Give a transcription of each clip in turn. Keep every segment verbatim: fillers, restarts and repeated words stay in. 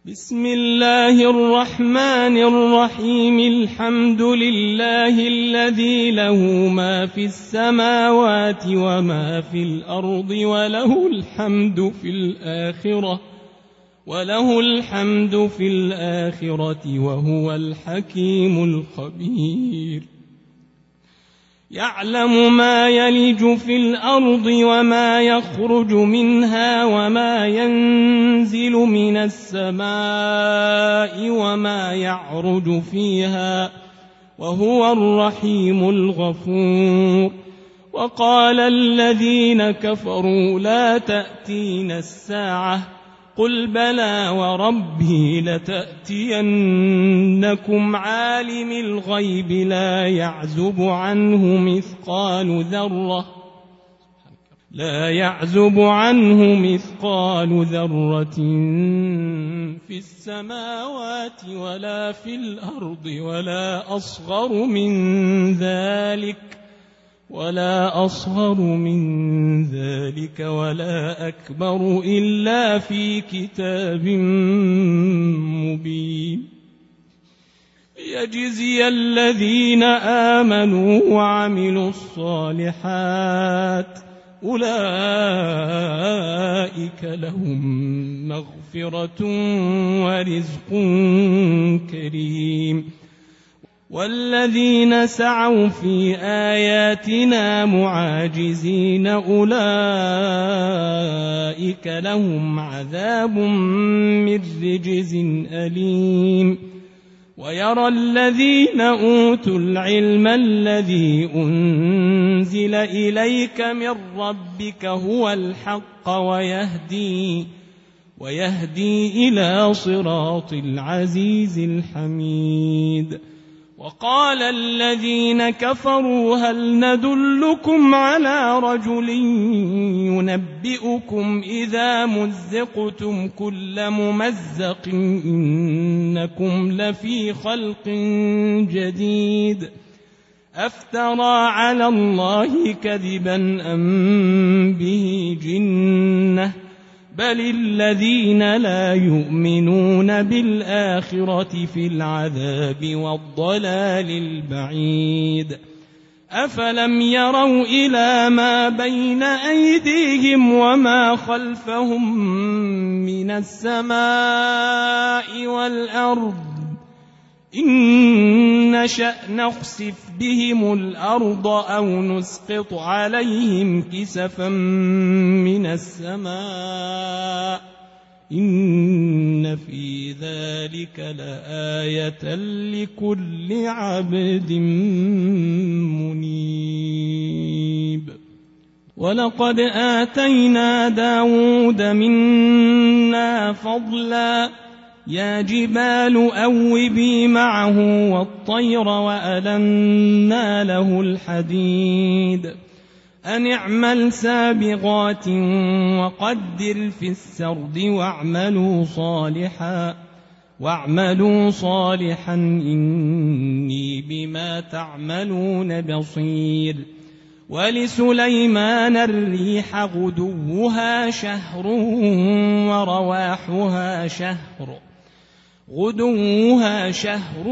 بسم الله الرحمن الرحيم. الحمد لله الذي له ما في السماوات وما في الأرض وله الحمد في الآخرة وله الحمد في الآخرة وهو الحكيم الخبير. يعلم ما يلج في الأرض وما يخرج منها وما ينزل من السماء وما يعرج فيها وهو الرحيم الغفور. وقال الذين كفروا لا تأتينا الساعة قل بلى وربي لتأتينكم عالم الغيب لا يعزب عنه مثقال ذرة لا يعزب عنه مثقال ذرة في السماوات ولا في الأرض ولا أصغر من ذلك ولا أصغر من ذلك ولا أكبر إلا في كتاب مبين. ليجزي الذين آمنوا وعملوا الصالحات أولئك لهم مغفرة ورزق كريم. والذين سعوا في آياتنا معاجزين أولئك لهم عذاب من رجز أليم. ويرى الذين أوتوا العلم الذي أنزل إليك من ربك هو الحق ويهدي ويهدي إلى صراط العزيز الحميد. وقال الذين كفروا هل ندلكم على رجل ينبئكم إذا مزقتم كل ممزق إنكم لفي خلق جديد أفترى على الله كذبا أم به جنة بل الذين لا يؤمنون بالآخرة في العذاب والضلال البعيد. أفلم يروا إلى ما بين أيديهم وما خلفهم من السماء والأرض إن نشأ نخسف بهم الأرض أو نسقط عليهم كسفا من السماء إن في ذلك لآية لكل عبد منيب. ولقد آتينا داود منا فضلا يا جبال أوبي معه والطير وألنا له الحديد أن اعمل سابغات وقدر في السرد واعملوا صالحا واعملوا صالحا إني بما تعملون بصير. ولسليمان الريح غدوها شهر ورواحها شهر غدوها شهر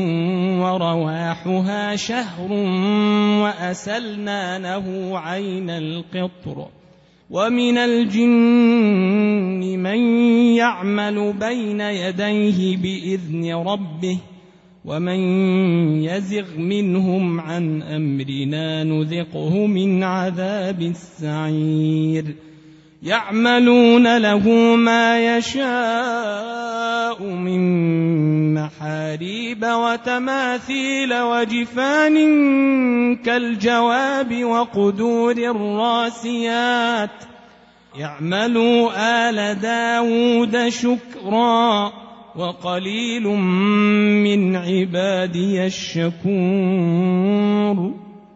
ورواحها شهر وأسلنا له عين القطر. ومن الجن من يعمل بين يديه بإذن ربه ومن يزغ منهم عن أمرنا نذقه من عذاب السعير. يعملون له ما يشاء من محاريب وتماثيل وجفان كالجواب وقدور الراسيات. يعملوا آل داود شكرا وقليل من عبادي الشكور.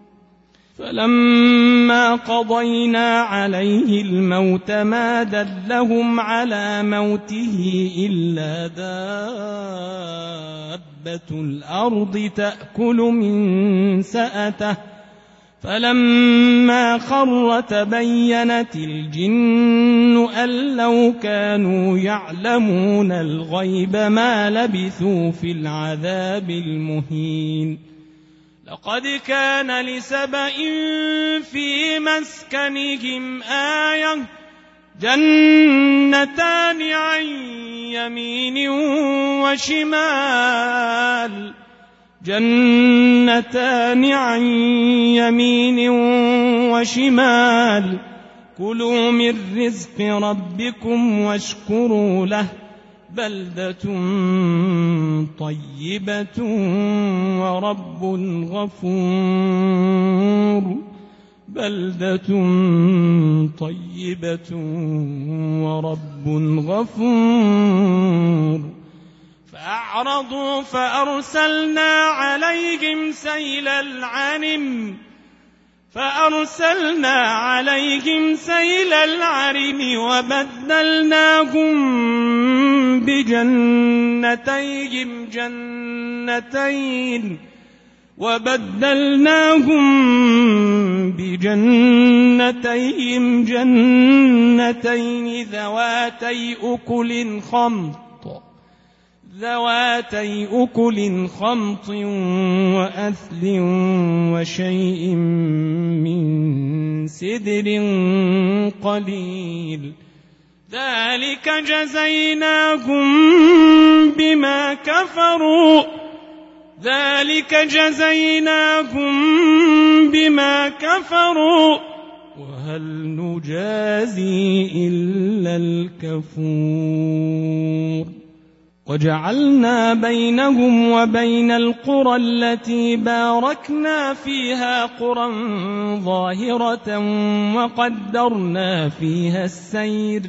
فلما قضينا عليه الموت ما دلهم على موته إلا دابة الأرض تأكل من سأته فلما خر تبينت الجن أن لو كانوا يعلمون الغيب ما لبثوا في العذاب المهين. لقد كان لسبإ في مسكنهم آية جنتان عن يمين وشمال جنتان عن يمين وشمال كلوا من رزق ربكم واشكروا له بلدة طيبة ورب غفور بلدة طيبة ورب غفور. فأعرضوا فأرسلنا عليهم سيل العرم فأرسلنا عليهم سيل العرم وبدلناهم بجنتيهم جنتين وبدلناهم بجنتيهم جنتين ذواتي أكل خمط ذواتي أكل خمط وأثل وشيء من سدر قليل ذلك جزيناهم بما كفروا ذلك جزيناهم بما كفروا وهل نجازي إلا الكفور. وجعلنا بينهم وبين القرى التي باركنا فيها قرى ظاهرة وقدرنا فيها السير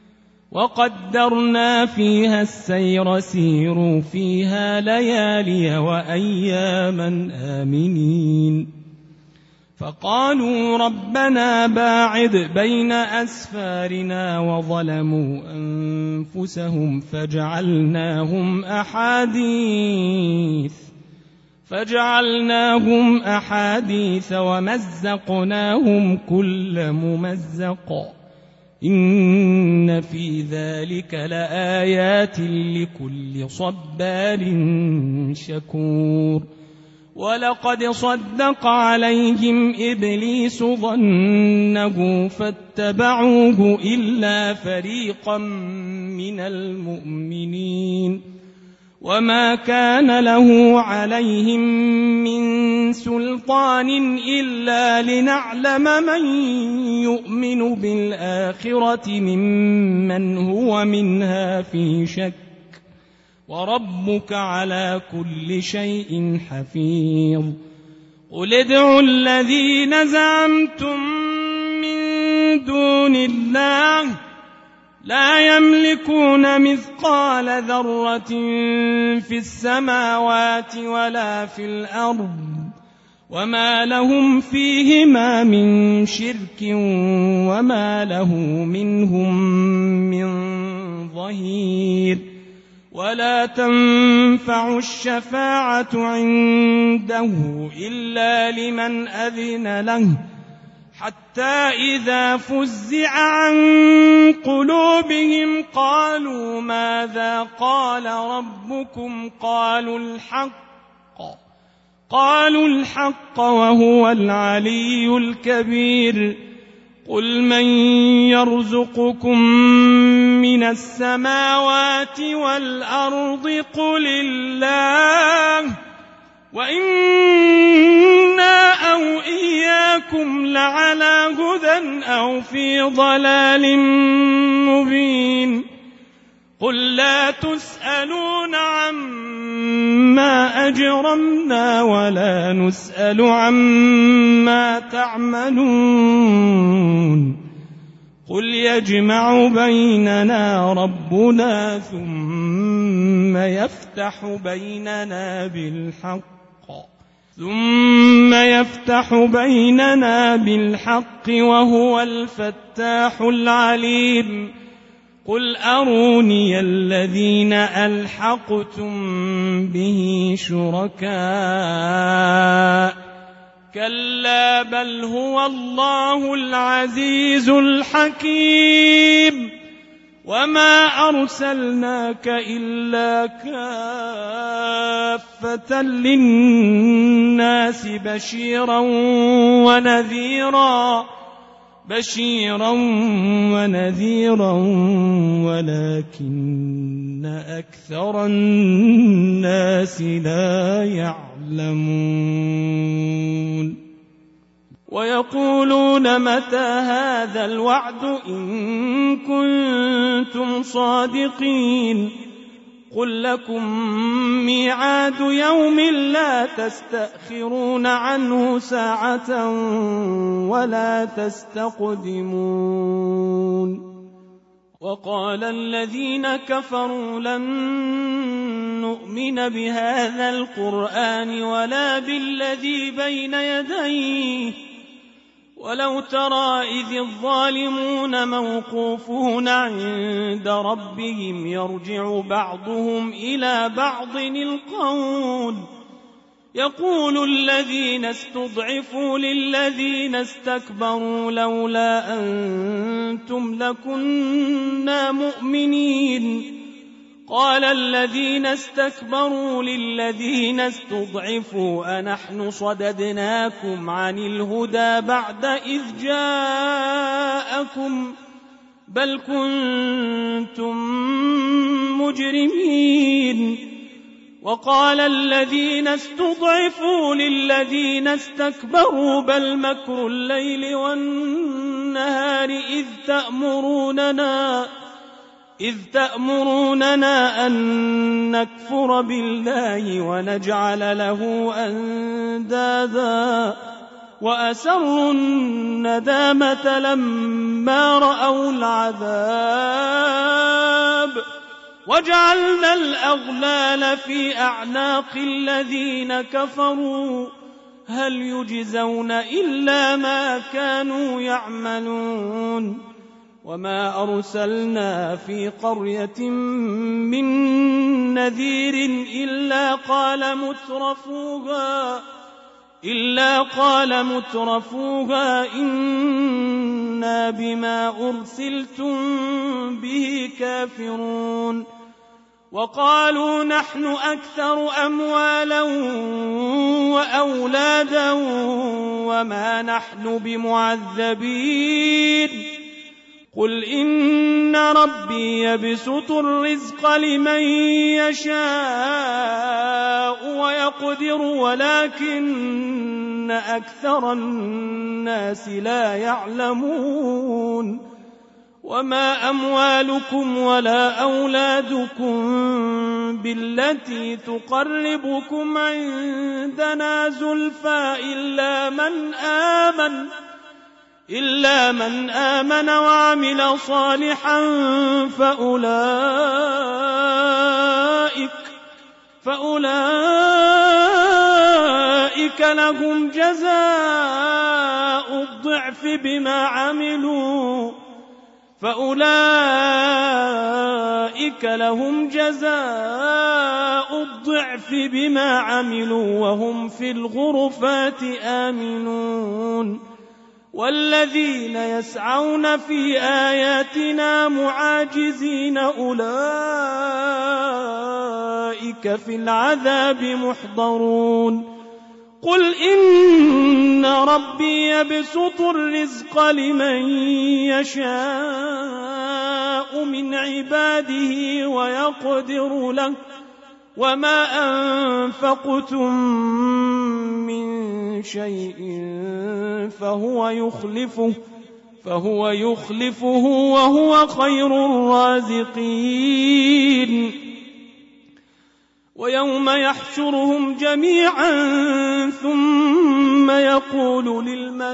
وقدرنا فيها السير سيروا فيها ليالي وأياما آمنين. فقالوا ربنا باعد بين أسفارنا وظلموا أنفسهم فجعلناهم أحاديث فجعلناهم أحاديث ومزقناهم كل ممزق إن في ذلك لآيات لكل صبار شكور. ولقد صدق عليهم إبليس ظنه فاتبعوه إلا فريقا من المؤمنين وما كان له عليهم من سلطان إلا لنعلم من يؤمن بالآخرة ممن هو منها في شك وربك على كل شيء حفيظ. قل ادعوا الذين زعمتم من دون الله لا يملكون مثقال ذرة في السماوات ولا في الأرض وما لهم فيهما من شرك وما له منهم من ظهير. ولا تنفع الشفاعة عنده إلا لمن أذن له حتى إذا فزع عن قلوبهم قالوا ماذا قال ربكم قالوا الحق قالوا الحق وهو العلي الكبير. قل من يرزقكم من السماوات والأرض قل الله وإنا أو إياكم لعلى هدى أو في ضلال مبين. قل لا تسألون عما أجرمنا ولا نسأل عما تعملون. قل يجمع بيننا ربنا ثم يفتح بيننا بالحق ثم يفتح بيننا بالحق وهو الفتاح العليم. قل أروني الذين ألحقتم به شركاء كلا بل هو الله العزيز الحكيم وما أرسلناك إلا كافة للناس بشيرا ونذيرا بشيرا ونذيرا ولكن أكثر الناس لا يعلمون ويقولون متى هذا الوعد إن كنتم صادقين قل لكم ميعاد يوم لا تستأخرون عنه ساعة ولا تستقدمون وقال الذين كفروا لن نؤمن بهذا القرآن ولا بالذي بين يديه ولو ترى إذ الظالمون موقوفون عند ربهم يرجع بعضهم إلى بعض القول يقول الذين استضعفوا للذين استكبروا لولا أنتم لكنا مؤمنين قال الذين استكبروا للذين استضعفوا أنحن صددناكم عن الهدى بعد إذ جاءكم بل كنتم مجرمين وقال الذين استضعفوا للذين استكبروا بل مكر الليل والنهار إذ تأمروننا إذ تأمروننا أن نكفر بالله ونجعل له أندادا وأسروا الندامة لما رأوا العذاب وجعلنا الأغلال في أعناق الذين كفروا هل يجزون إلا ما كانوا يعملون وما أرسلنا في قرية من نذير إلا قال مترفوها إلا قال مترفوها إنا بما أرسلتم به كافرون وقالوا نحن أكثر أموالا وأولادا وما نحن بمعذبين قل إن ربي يبسط الرزق لمن يشاء ويقدر ولكن أكثر الناس لا يعلمون وما أموالكم ولا أولادكم بالتي تقربكم عندنا زلفى إلا من آمن إلا من آمن وعمل صالحا فأولئك فأولئك لهم جزاء الضعف بما عملوا فأولئك لهم جزاء الضعف بما عملوا وهم في الغرفات آمنون والذين يسعون في آياتنا معاجزين أولئك في العذاب محضرون قل إن ربي يبسط الرزق لمن يشاء من عباده ويقدر له وما أنفقتم من شيء فهو يخلفه فهو يخلفه وهو خير الرازقين ويوم يحشرهم جميعا ثم يقول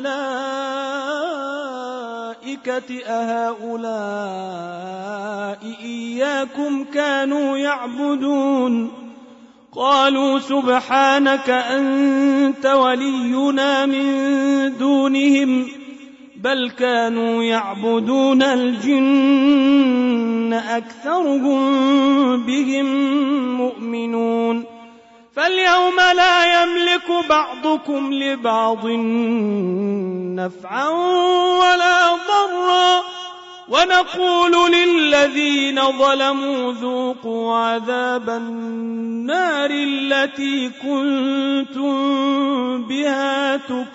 للملائكة أهؤلاء إياكم كانوا يعبدون قالوا سبحانك أنت ولينا من دونهم بل كانوا يعبدون الجن أكثرهم بهم مؤمنون فاليوم لا يملك يملك بعضكم لبعض نفعا ولا ضرا ونقول للذين ظلموا ذوقوا عذاب النار التي كنتم بها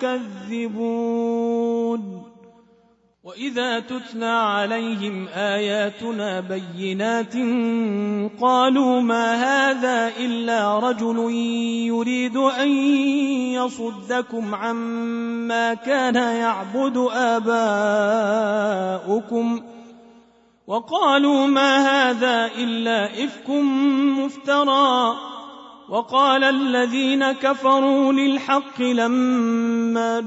تكذبون وإذا تتلى عليهم آياتنا بينات قالوا ما هذا إلا رجل يريد أن يصدكم عما كان يعبد آباؤكم وقالوا ما هذا إلا إفك مفترى وقال الذين كفروا للحق لما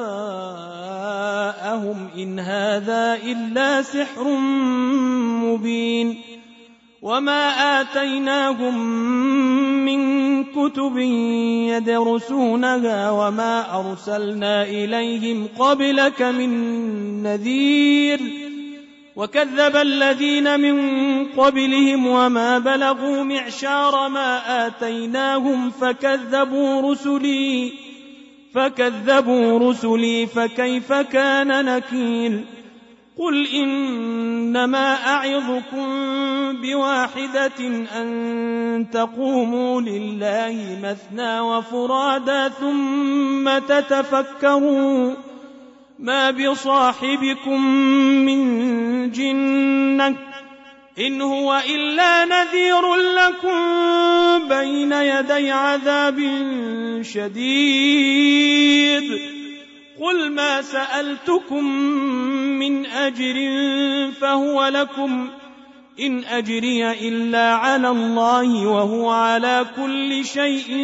جاءهم إن هذا إلا سحر مبين وما آتيناهم من كتب يدرسونها وما أرسلنا إليهم قبلك من نذير وكذب الذين من قبلهم وما بلغوا معشار ما آتيناهم فكذبوا رسلي فكذبوا رسلي فكيف كان نكير قل إنما أعظكم بواحدة أن تقوموا لله مثنى وفرادا ثم تتفكروا ما بصاحبكم من جنة إن هو إلا نذير لكم بين يدي عذاب شديد قل ما سألتكم من أجر فهو لكم إن أجري إلا على الله وهو على كل شيء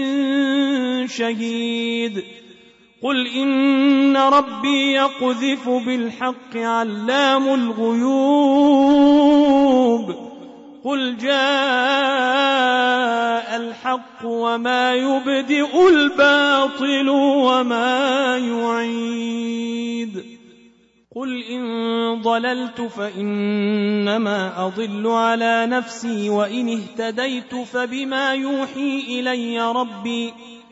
شهيد قل إن ربي يقذف بالحق علام الغيوب قل جاء الحق وما يبدئ الباطل وما يعيد قل إن ضللت فإنما أضل على نفسي وإن اهتديت فبما يوحي إلي ربي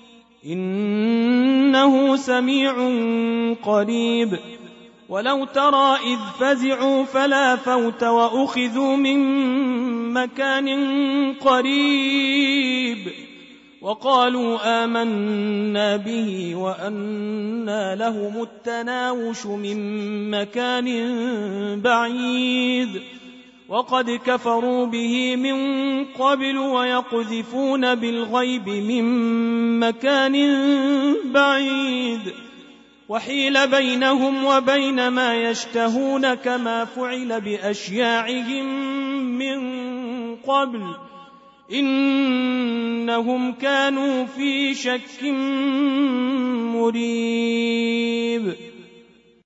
إنه سميع قريب ولو ترى إذ فزعوا فلا فوت وأخذوا من مكان قريب وقالوا آمنا به وأنى لهم التناوش من مكان بعيد وقد كفروا به من قبل ويقذفون بالغيب من مكان بعيد وحيل بينهم وبين ما يشتهون كما فعل بأشياعهم من قبل إنهم كانوا في شك مريب